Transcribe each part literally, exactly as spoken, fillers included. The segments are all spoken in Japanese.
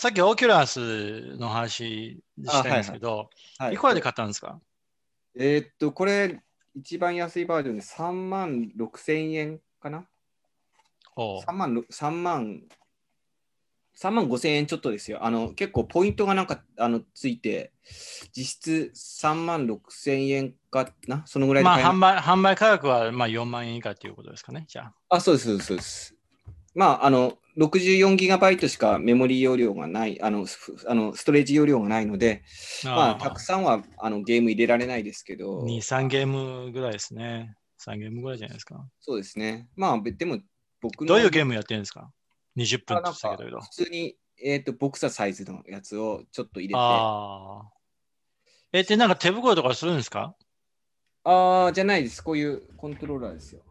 さっきオキュラスの話したいんですけど、 はいはい。 いくらで買ったんですか？ えーっと、これ、一番安いバージョンでさんまんろくせんえんかな？ おさん 万、さんまん、さんまんごせんえんちょっとですよ。あの、結構ポイントがなんか、あの、ついて、実質さんまんろくせんえんかな、そのぐらいでまあ、 買えました。 販売、販売価格はまあよんまん円以下ということですかね、じゃあ、そうです、そうです、そうです。まあ、あの、ろくじゅうよんギガバイトしかメモリー容量がない、あの、スあのストレージ容量がないので、まあ、 あ。ああ、 たくさんはあのゲーム入れられないですけに、 ど、 さんゲームぐらいですね。さんゲームぐらいじゃないですか。 そうですね。まあ、べでも、僕のよ、 どういうゲームやってるんですか？ にじゅっ 分あ、 ってなんか、 言ってたけど。 普通に、えっと、ボクササイズのやつをちょっと入れて、 ああ。え、で、なんか手袋とかするんですか？ ああ、じゃないです。こういうコントローラーですよ。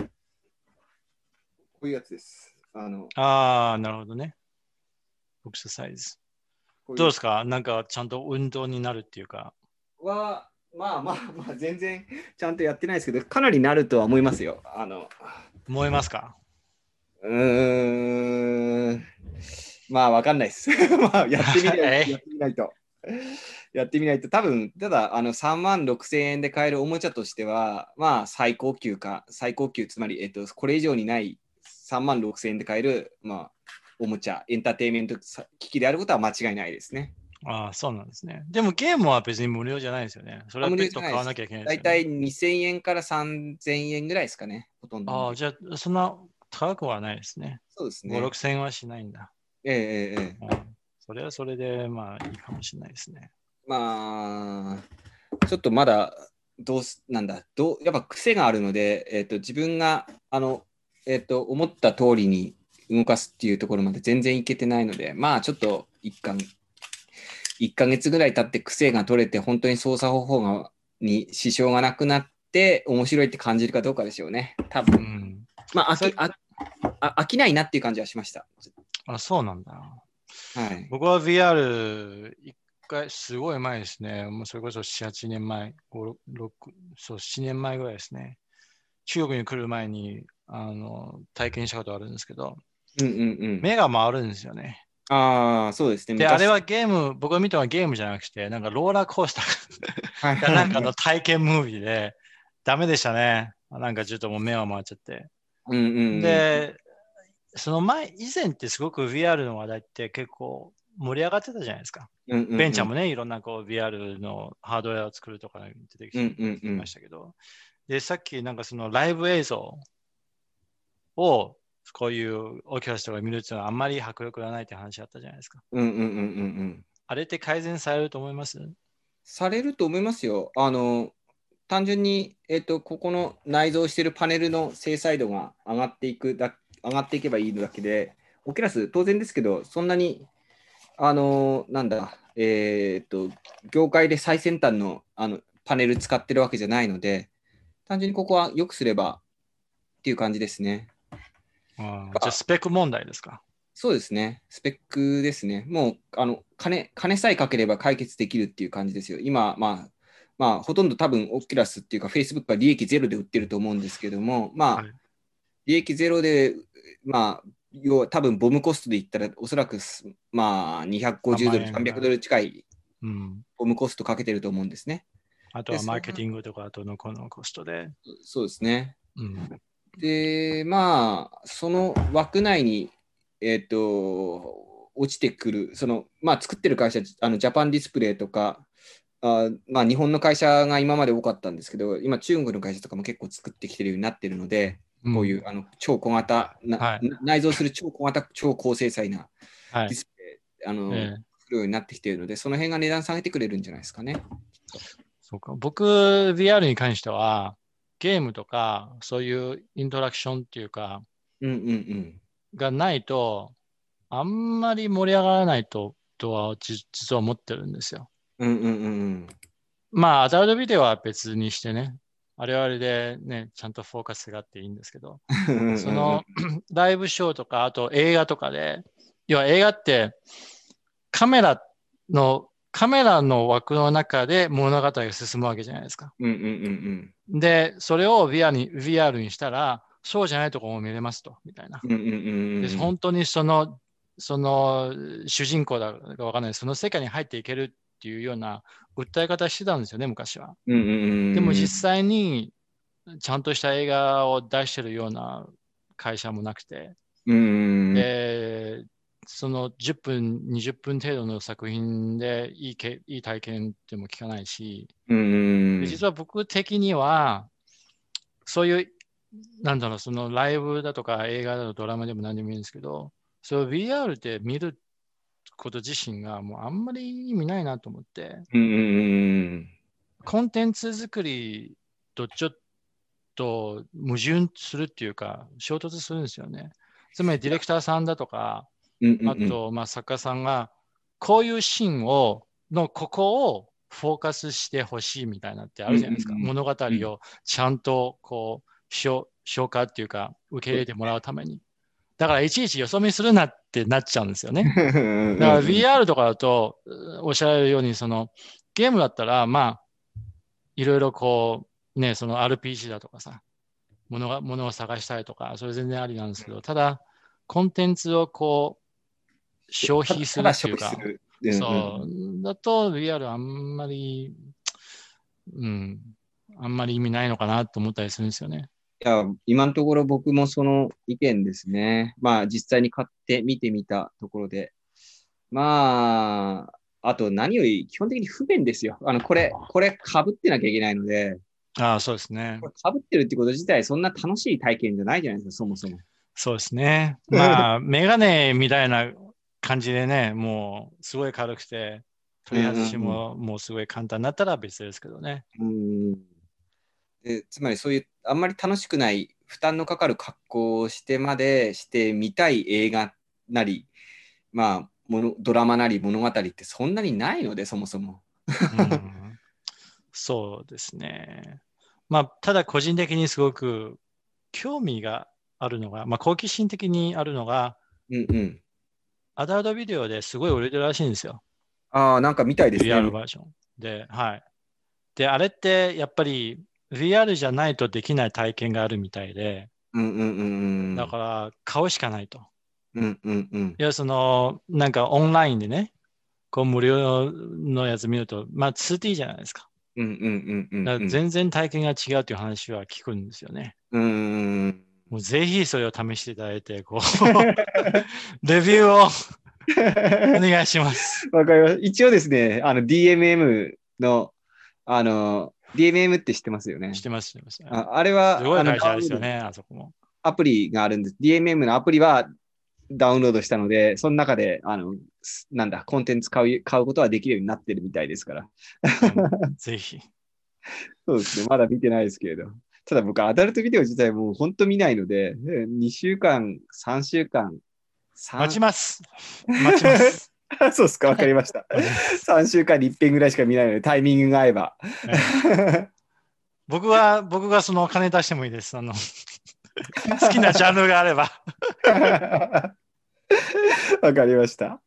こういうやつです。あの、 ああ、なるほどね。ボクササイズ。 こういうどうですか？なんかちゃんと運動になるっていうか。 は、まあまあまあ、全然ちゃんとやってないですけど、かなりなるとは思いますよ。あの、 思いますか？ うーん、まあ、わかんないです。まあ、やってみない、やっえ、 てみないと。やってみないと、多分ただあのさんまんろくせんえんで買えるおもちゃとしては、まあ最高級か、最高級、つまり、えっと、これ以上にないさんまんろくせんえんで買える、まあ、おもちゃ、エンターテインメント機器であることは間違いないですね。 ああ、そうなんですね。でもゲームは別に無料じゃないですよね。それあ、 は無料別途買わなじゃないです。 きゃいけないですよね。 だいたいにせんえんからさんぜんえんぐらいですかね、ほとんどのああ、 ゲーム。 じゃあ、そんな高くはないですね。ご、 そうですね。 ろくせんはしないんだ。 ええええええ。 うん、それはそれで、まあいいかもしれないですね。 まあ、ちょっとまだ、どうす、なんだ、どう、やっぱ癖があるので、えっと、自分が、あの、えっと、思った通りに動かすっていうところまで全然いけてないので、まあ、ちょっと一貫、いっかげつぐらい経って癖が取れて、本当に操作方法が、に支障がなくなって、面白いって感じるかどうかでしょうね。多分。 うん。 まあ、飽さき、あ、あ飽きないなっていう感じはしました。 あ、そうなんだ。 はい。 僕は ブイアール 一回、すごい前ですね。もうそれこそなな、はちねんまえ、ご、ろく、そう、ななねんまえぐらいですね。中国に来る前に、あの、体験したことあるんですけど、 うんうんうん。 目が回るんですよね。 ああ、そうですね。 で、あれ昔。 はゲーム、僕が見たのはゲームじゃなくて、なんかローラーコースタはいーかなんかはいはい。 の体験ムービーで、ダメでしたね。なんかちょっともう目が回っちゃって。 うんうんうん。 で、その前、以前ってすごく ブイアール の話題って結構盛り上がってたじゃないですか。 うんうんうん。 ベンチャーもね、いろんなこう ブイアール のハードウェアを作るとか出てうんうきんうん。 ましたけど、で、さっきなんかそのライブ映像をこういうオーケストラが見るっていうのはあんまり迫力がないって話あったじゃないですか。 うんうんうんうんうん。 あれって改善されると思います？ されると思いますよ。あの、単純に、えっと、ここの内蔵しているパネルの精細度が上がっていくだ、上がっていけばいいだけで、オケラス、当然ですけど、そんなに、あの、なんだ、えっと、業界で最先端の、あのパネル使ってるわけじゃないので、単純にここは良くすればっていう感じですね。 あー、じゃあスペック問題ですか？ そうですね。スペックですね。もう、あの、金、金さえかければ解決できるっていう感じですよ。今、まあ、まあ、ほとんど多分、オキュラスっていうか、Facebook は利益ゼロで売ってると思うんですけども、まあ、 はい。 利益ゼロで、まあ、要は多分、ボムコストで言ったら、おそらくす、まあ、 3 にひゃくごじゅうドル、 万円ぐ 300 らい。 ドル近いうん。 ボムコストかけてると思うんですね。で、 あとはマーそケティングとか、あとのこのコストで。 そうですね。 うん。 で、まあ、その枠内に、えっと、落ちてくる、その、まあ、作ってる会社、あのジャパンディスプレイとか、あ、まあ、日本の会社が今まで多かったんですけど、今、中国の会社とかも結構作ってきてるようになってるので、 うん。 こういうあの超小型な、 はい。 内蔵する超小型、超高精細なはい。 ディスプレイ、あの、 ええ、 作るようになってきているので、その辺が値段下げてくれるんじゃないですかね。 そうか。僕、ブイアール に関しては、ゲームとか、そういうイントラクションっていうか、 うんうんうん。 がないと、あんまり盛り上がらないと、とはじ実は思ってるんですよ。 うんうんうんうん。 まあ、アダルトビデオは別にしてね、あれはあれでね、ちゃんとフォーカスがあっていいんですけど、 うんうんうん。 そのライブショーとか、あと映画とかで、要は映画ってカメラの、カメラの枠の中で物語が進むわけじゃないですか。 うんうんうんで、それを ブイアール に、ブイアール にしたら、そうじゃないところも見れますと、みたいな。 うんうんうんうんで、 うんうん。 本当にそのその主人公だかわかんない、その世界に入っていけるっていうような訴え方してたんですよね、昔は。 うんうんうん、 でも実際にちゃんとした映画を出してるような会社もなくて、 うんうん、 で、そのじゅっぷん、にじゅっぷん程度の作品でいいけいい体験っても聞かないし、 うんうん、 で実は僕的には、そういう、なんだろう、そのライブだとか映画だとドラマでも何でもいいんですけど、そういう ブイアール で見ること自身がもうあんまり意味ないなと思って、 うんうんうん、 コンテンツ作りとちょっと矛盾するっていうか、衝突するんですよね。つまりディレクターさんだとか、 うんうんうん、 あと、まあ、作家さんが、こういうシーンを、のここをフォーカスしてほしいみたいなってあるじゃないですか。 うんうんうん、 物語をちゃんとこう消、消化っていうか、受け入れてもらうために。だからいちいちよそ見するなってなっちゃうんですよね。だから ブイアール とかだと、おっしゃられるように、そのゲームだったら、まあ、いろいろこう、ね、その アールピージー だとかさ、物が、物を探したりとか、それ全然ありなんですけど、ただ、コンテンツをこう、消費するっていうか、そう、だと ブイアール あんまり、うん、あんまり意味ないのかなと思ったりするんですよね。 いや、今のところ僕もその意見ですね。まあ実際に買って見てみたところで。まあ、あと何より基本的に不便ですよ。あの、これ、これ被ってなきゃいけないので、 ああ、そうですね。 被ってるってこと自体そんな楽しい体験じゃないじゃないですか、そもそも。 そうですね。まあ、メガネみたいな感じでね、もうすごい軽くて、取り外しももうすごい簡単になったら別ですけどね。 うんでつまりそういうあんまり楽しくない負担のかかる格好をしてまでして見たい映画なり、まあ、ものドラマなり物語ってそんなにないので、そもそも。 うん、そうですね。まあ、ただ個人的にすごく興味があるのが、まあ、好奇心的にあるのが、 うんうん。 アダルトビデオですごい売れてるらしいんですよ。 ああ、なんか見たいですブイアールね。 バージョン。で、はい。で、あれってやっぱり ブイアール じゃないとできない体験があるみたいで、 うんうんうんうん。 だから買うしかないと。 うんうんうん。 いや、その、なんかオンラインでね、こう無料のやつ見ると、まあ ツーディー じゃないですか。 うんうんうんうんうん。 だから全然体験が違うという話は聞くんですよね。 うん。 もうぜひそれを試していただいて、こう、レビューをお願いします。 わかります。一応ですね、あの ディーエムエム の、あの、ディーエムエム って知ってますよね。 知ってます、知ってます。 あ、あれは、 すごいあの、 会社ですよね、あそこも。 アプリがあるんです。ディーエムエム のアプリはダウンロードしたので、その中で、あの、なんだ、コンテンツ買う、買うことはできるようになってるみたいですから。 うん、ぜひ。 そうですね。まだ見てないですけれど。ただ僕、アダルトビデオ自体もう本当見ないので、にしゅうかん、さんしゅうかん、 待ちます。待ちます。 そうですか、わかりました。さんしゅうかんにいっぺんぐらいしか見ないので、タイミングが合えば。 ええ、僕は、僕がその金出してもいいです。あの好きなジャンルがあれば。 わかりました。